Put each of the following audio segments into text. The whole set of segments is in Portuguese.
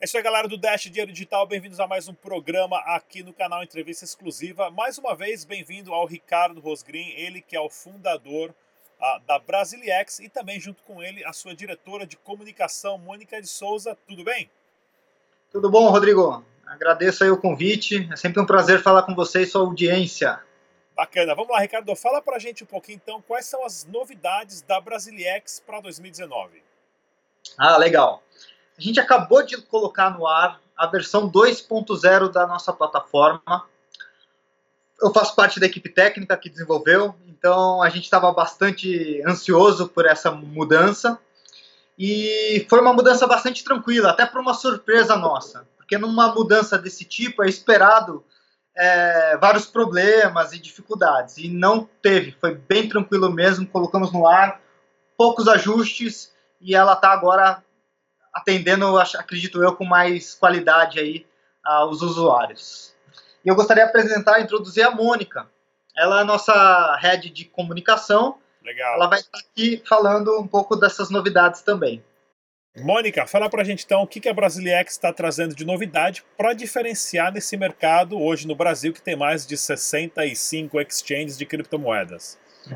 isso aí, galera do Dash Dinheiro Digital, bem-vindos a mais um programa aqui no canal Entrevista Exclusiva. Mais uma vez, bem-vindo ao Ricardo Rosgrim, ele que é o fundador da Brasiliex e também junto com ele a sua diretora de comunicação, Mônica de Souza. Tudo bem? Tudo bom, Rodrigo? Agradeço aí o convite, é sempre um prazer falar com você e sua audiência. Bacana. Vamos lá, Ricardo, fala pra gente um pouquinho então quais são as novidades da Brasiliex para 2019. Legal. A gente acabou de colocar no ar a versão 2.0 da nossa plataforma. Eu faço parte da equipe técnica que desenvolveu, então a gente estava bastante ansioso por essa mudança. E foi uma mudança bastante tranquila, até por uma surpresa nossa. Porque numa mudança desse tipo é esperado vários problemas e dificuldades. E não teve, foi bem tranquilo mesmo, colocamos no ar, poucos ajustes e ela está agora atendendo, acredito eu, com mais qualidade aí aos usuários. E eu gostaria de apresentar e introduzir a Mônica. Ela é a nossa head de comunicação. Legal. Ela vai estar aqui falando um pouco dessas novidades também. Mônica, fala pra gente então o que a Brasiliex está trazendo de novidade para diferenciar nesse mercado hoje no Brasil, que tem mais de 65 exchanges de criptomoedas.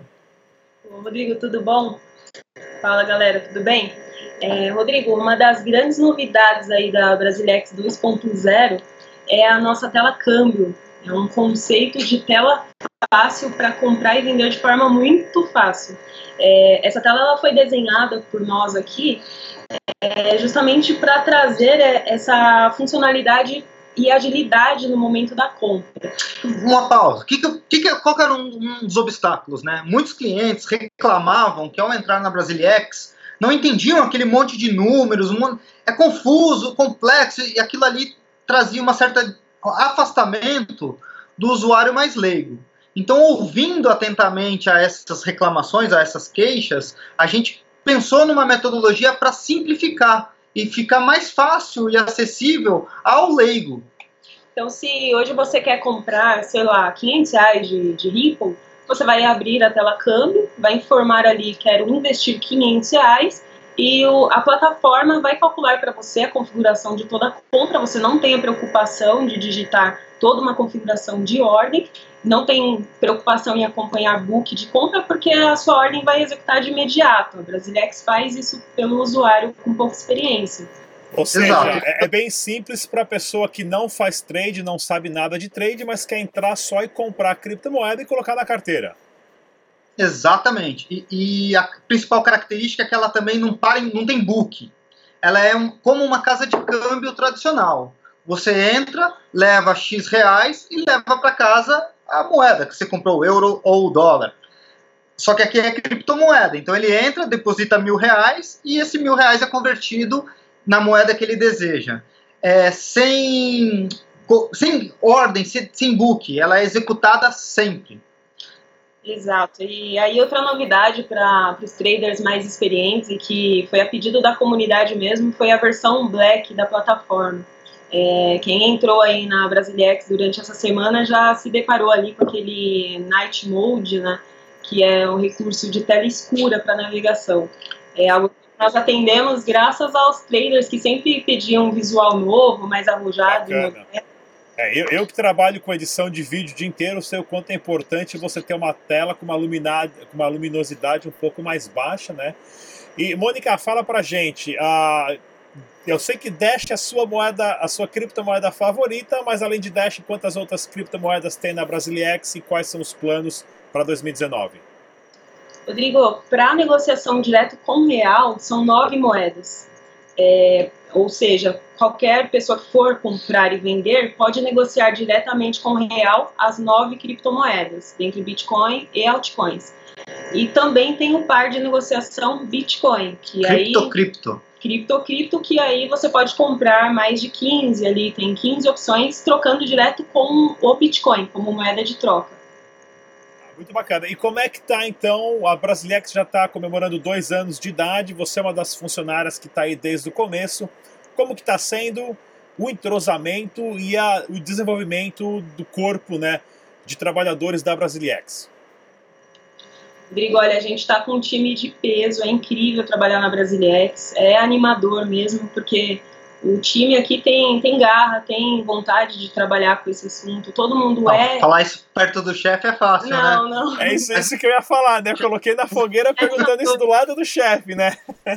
Rodrigo, tudo bom? Fala, galera, tudo bem? Rodrigo, uma das grandes novidades aí da Brasiliex 2.0 é a nossa tela câmbio. É um conceito de tela fácil para comprar e vender de forma muito fácil. Essa tela ela foi desenhada por nós aqui justamente para trazer essa funcionalidade e agilidade no momento da compra. Uma pausa. Qual que era um dos obstáculos, né? Muitos clientes reclamavam que ao entrar na Brasiliex não entendiam aquele monte de números, é confuso, complexo, e aquilo ali trazia uma certa afastamento do usuário mais leigo. Então, ouvindo atentamente a essas reclamações, a essas queixas, a gente pensou numa metodologia para simplificar e ficar mais fácil e acessível ao leigo. Então, se hoje você quer comprar, sei lá, R$500 de Ripple, você vai abrir a tela câmbio, vai informar ali, quero investir R$500, e a plataforma vai calcular para você a configuração de toda a compra. Você não tem a preocupação de digitar toda uma configuração de ordem, não tem preocupação em acompanhar book de compra, porque a sua ordem vai executar de imediato. A Brasiliex faz isso pelo usuário com pouca experiência. Ou seja, é bem simples para a pessoa que não faz trade, não sabe nada de trade, mas quer entrar só e comprar criptomoeda e colocar na carteira. Exatamente. E a principal característica é que ela também não tem book. Ela é como uma casa de câmbio tradicional. Você entra, leva X reais e leva para casa a moeda que você comprou, o euro ou o dólar. Só que aqui é criptomoeda. Então ele entra, deposita R$1.000 e esse R$1.000 é convertido na moeda que ele deseja. Sem ordem, sem book. Ela é executada sempre. Exato. E aí outra novidade para os traders mais experientes e que foi a pedido da comunidade mesmo, foi a versão Black da plataforma. Quem entrou aí na Brasiliex durante essa semana já se deparou ali com aquele Night Mode, né, que é um recurso de tela escura para navegação. É algo que nós atendemos graças aos traders que sempre pediam um visual novo, mais arrojado. Eu que trabalho com edição de vídeo o dia inteiro, sei o quanto é importante você ter uma tela com uma luminosidade um pouco mais baixa, né? E, Mônica, fala pra gente, eu sei que Dash é a sua criptomoeda favorita, mas além de Dash, quantas outras criptomoedas tem na Brasiliex e quais são os planos para 2019? Rodrigo, para negociação direto com real, são 9 moedas. Ou seja, qualquer pessoa que for comprar e vender pode negociar diretamente com real as 9 criptomoedas, entre Bitcoin e altcoins. E também tem o par de negociação Bitcoin, que Cripto, que aí você pode comprar mais de 15 ali, tem 15 opções, trocando direto com o Bitcoin, como moeda de troca. Muito bacana. E como é que tá então? A Brasiliex já está comemorando 2 anos de idade, você é uma das funcionárias que está aí desde o começo. Como que está sendo o entrosamento e o desenvolvimento do corpo, né, de trabalhadores da Brasiliex? Rodrigo, olha, a gente está com um time de peso, é incrível trabalhar na Brasiliex, é animador mesmo, porque O time aqui tem garra, tem vontade de trabalhar com esse assunto. Todo mundo Falar isso perto do chefe é fácil, não, né? Não. É isso que eu ia falar, né? Eu coloquei na fogueira perguntando isso do lado do chefe, né?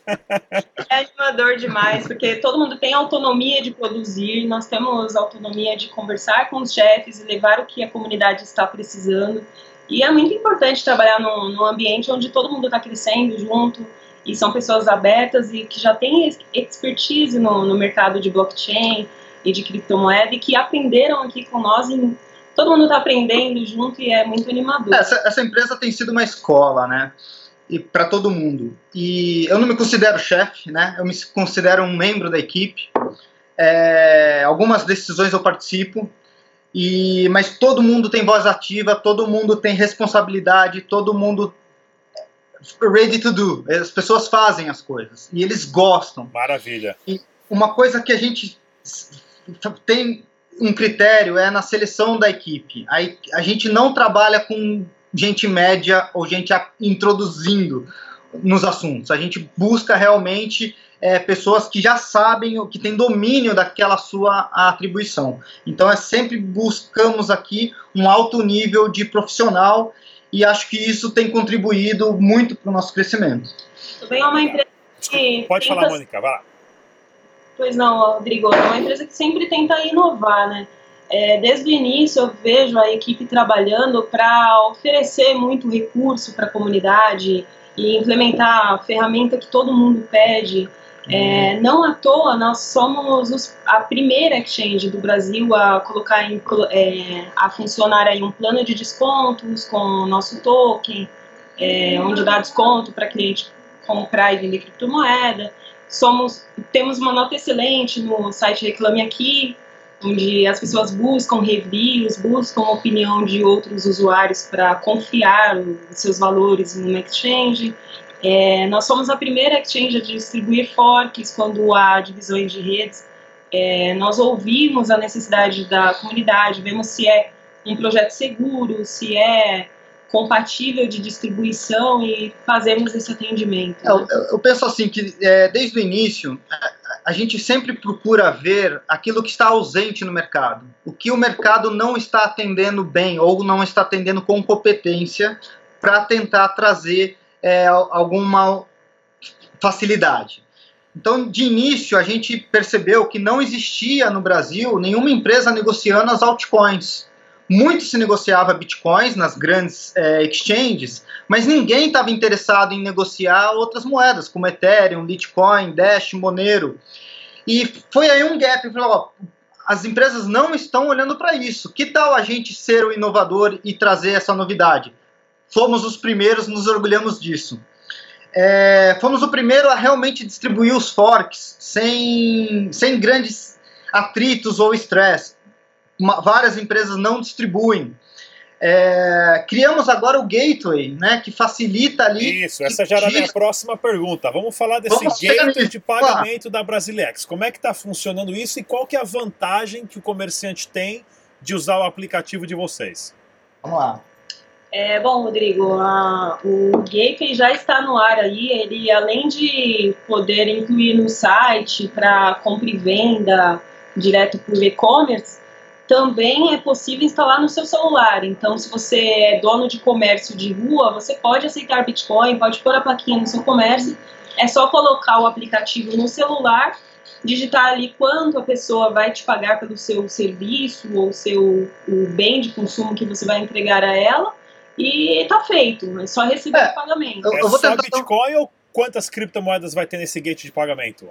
É animador demais, porque todo mundo tem autonomia de produzir, nós temos autonomia de conversar com os chefes e levar o que a comunidade está precisando. E é muito importante trabalhar num ambiente onde todo mundo está crescendo junto, e são pessoas abertas e que já têm expertise no mercado de blockchain e de criptomoeda e que aprenderam aqui com nós. E todo mundo está aprendendo junto e é muito animador. Essa empresa tem sido uma escola, né? E para todo mundo. E eu não me considero chefe, né? Eu me considero um membro da equipe. Algumas decisões eu participo, mas todo mundo tem voz ativa, todo mundo tem responsabilidade, todo mundo ready to do. As pessoas fazem as coisas e eles gostam. Maravilha. E uma coisa que a gente tem um critério é na seleção da equipe. A gente não trabalha com gente média ou gente introduzindo nos assuntos. A gente busca realmente pessoas que já sabem, que têm domínio daquela sua atribuição. Então sempre buscamos aqui um alto nível de profissional e acho que isso tem contribuído muito para o nosso crescimento. Também é uma empresa que pode falar, Mônica, vai lá. Pois não, Rodrigo, é uma empresa que sempre tenta inovar, né? Desde o início eu vejo a equipe trabalhando para oferecer muito recurso para a comunidade e implementar a ferramenta que todo mundo pede. Não à toa, nós somos a primeira exchange do Brasil a colocar a funcionar aí um plano de descontos com o nosso token, onde dá desconto para cliente comprar e vender criptomoeda. Temos uma nota excelente no site Reclame Aqui, onde as pessoas buscam reviews, buscam a opinião de outros usuários para confiar os seus valores numa exchange. Nós somos a primeira exchange a distribuir forks quando há divisões de redes. Nós ouvimos a necessidade da comunidade, vemos se é um projeto seguro, se é compatível de distribuição e fazemos esse atendimento. Né? Eu penso assim, que desde o início, a gente sempre procura ver aquilo que está ausente no mercado. O que o mercado não está atendendo bem ou não está atendendo com competência para tentar trazer alguma facilidade. Então, de início, a gente percebeu que não existia no Brasil nenhuma empresa negociando as altcoins. Muito se negociava bitcoins nas grandes exchanges, mas ninguém estava interessado em negociar outras moedas, como Ethereum, Litecoin, Dash, Monero. E foi aí um gap. As empresas não estão olhando para isso. Que tal a gente ser o inovador e trazer essa novidade? Fomos os primeiros, nos orgulhamos disso. Fomos o primeiro a realmente distribuir os forks sem grandes atritos ou estresse. Várias empresas não distribuem. Criamos agora o Gateway, né, que facilita ali... Isso, essa já era a minha próxima pergunta. Vamos falar desse gateway de pagamento da Brasilex. Como é que está funcionando isso e qual que é a vantagem que o comerciante tem de usar o aplicativo de vocês? Vamos lá. Bom, Rodrigo, o Gateway já está no ar aí. Ele, além de poder incluir no site para compra e venda direto por e-commerce, também é possível instalar no seu celular. Então, se você é dono de comércio de rua, você pode aceitar Bitcoin, pode pôr a plaquinha no seu comércio. É só colocar o aplicativo no celular, digitar ali quanto a pessoa vai te pagar pelo seu serviço ou o bem de consumo que você vai entregar a ela, e tá feito. É só receber o pagamento. Eu vou tentar... Bitcoin ou quantas criptomoedas vai ter nesse gateway de pagamento?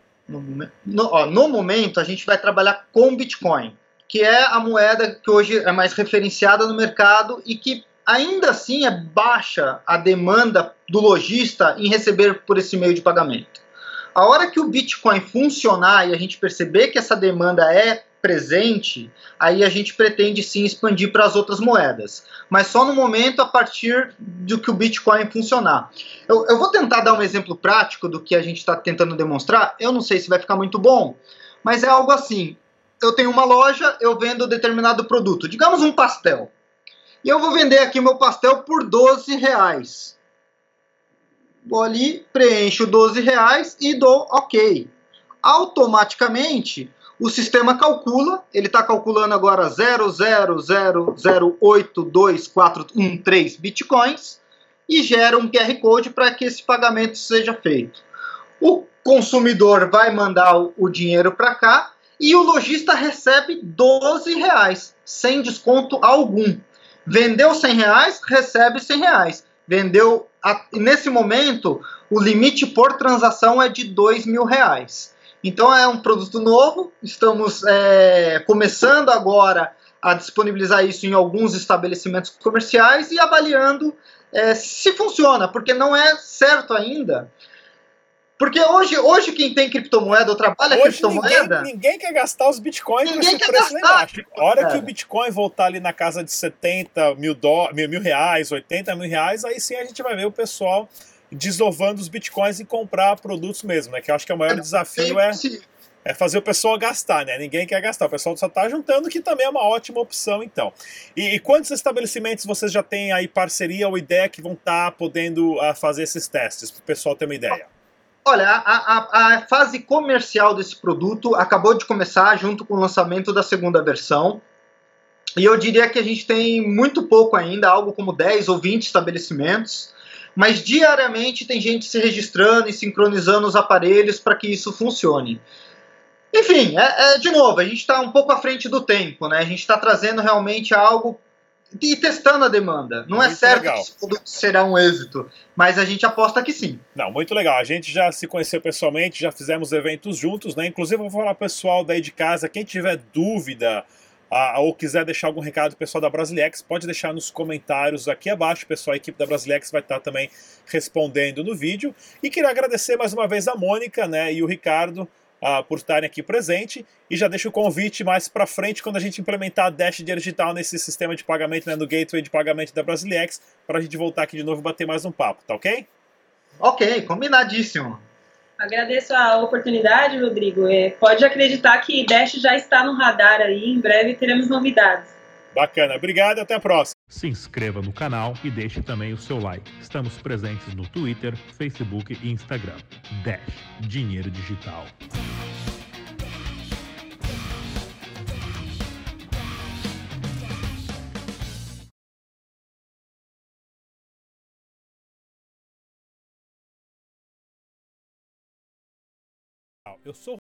No momento, a gente vai trabalhar com Bitcoin, que é a moeda que hoje é mais referenciada no mercado e que ainda assim é baixa a demanda do lojista em receber por esse meio de pagamento. A hora que o Bitcoin funcionar e a gente perceber que essa demanda é presente, aí a gente pretende sim expandir para as outras moedas. Mas só no momento a partir do que o Bitcoin funcionar. Eu vou tentar dar um exemplo prático do que a gente está tentando demonstrar. Eu não sei se vai ficar muito bom, mas é algo assim. Eu tenho uma loja, eu vendo determinado produto, digamos um pastel. E eu vou vender aqui meu pastel por R$12. Vou ali, preencho R$12 e dou OK. automaticamente o sistema calcula, ele está calculando agora 0,000822413 bitcoins e gera um QR Code para que esse pagamento seja feito. O consumidor vai mandar o dinheiro para cá e o lojista recebe R$12, sem desconto algum. Vendeu R$100, recebe R$100. Vendeu, nesse momento, o limite por transação é de R$2.000. Então é um produto novo, estamos começando agora a disponibilizar isso em alguns estabelecimentos comerciais e avaliando se funciona, porque não é certo ainda. Porque hoje quem tem criptomoeda ou trabalha criptomoeda... Ninguém quer gastar os bitcoins com esse preço lá embaixo. A hora que o bitcoin voltar ali na casa de 70 mil reais, 80 mil reais, aí sim a gente vai ver o pessoal desovando os bitcoins e comprar produtos mesmo, né? Que eu acho que o maior desafio é fazer o pessoal gastar, né? Ninguém quer gastar, o pessoal só está juntando, que também é uma ótima opção, então. E quantos estabelecimentos vocês já têm aí parceria ou ideia que vão estar podendo fazer esses testes, para o pessoal ter uma ideia? Olha, a fase comercial desse produto acabou de começar junto com o lançamento da segunda versão. E eu diria que a gente tem muito pouco ainda, algo como 10 ou 20 estabelecimentos. Mas diariamente tem gente se registrando e sincronizando os aparelhos para que isso funcione. Enfim, de novo, a gente está um pouco à frente do tempo, né? A gente está trazendo realmente algo e testando a demanda. Não é certo que esse produto será um êxito, mas a gente aposta que sim. Não, muito legal. A gente já se conheceu pessoalmente, já fizemos eventos juntos, né? Inclusive, eu vou falar pro pessoal daí de casa, quem tiver dúvida ou quiser deixar algum recado pro pessoal da Brasilex, pode deixar nos comentários aqui abaixo. Pessoal, a equipe da Brasilex vai estar também respondendo no vídeo. E queria agradecer mais uma vez a Mônica, né, e o Ricardo por estarem aqui presente, e já deixo o convite mais para frente quando a gente implementar a Dash Dinheiro Digital nesse sistema de pagamento, né, no gateway de pagamento da Brasilex, para a gente voltar aqui de novo e bater mais um papo, tá ok? Ok, combinadíssimo. Agradeço a oportunidade, Rodrigo. Pode acreditar que Dash já está no radar aí, em breve teremos novidades. Bacana, obrigado e até a próxima. Se inscreva no canal e deixe também o seu like. Estamos presentes no Twitter, Facebook e Instagram. Dash Dinheiro Digital. Eu sou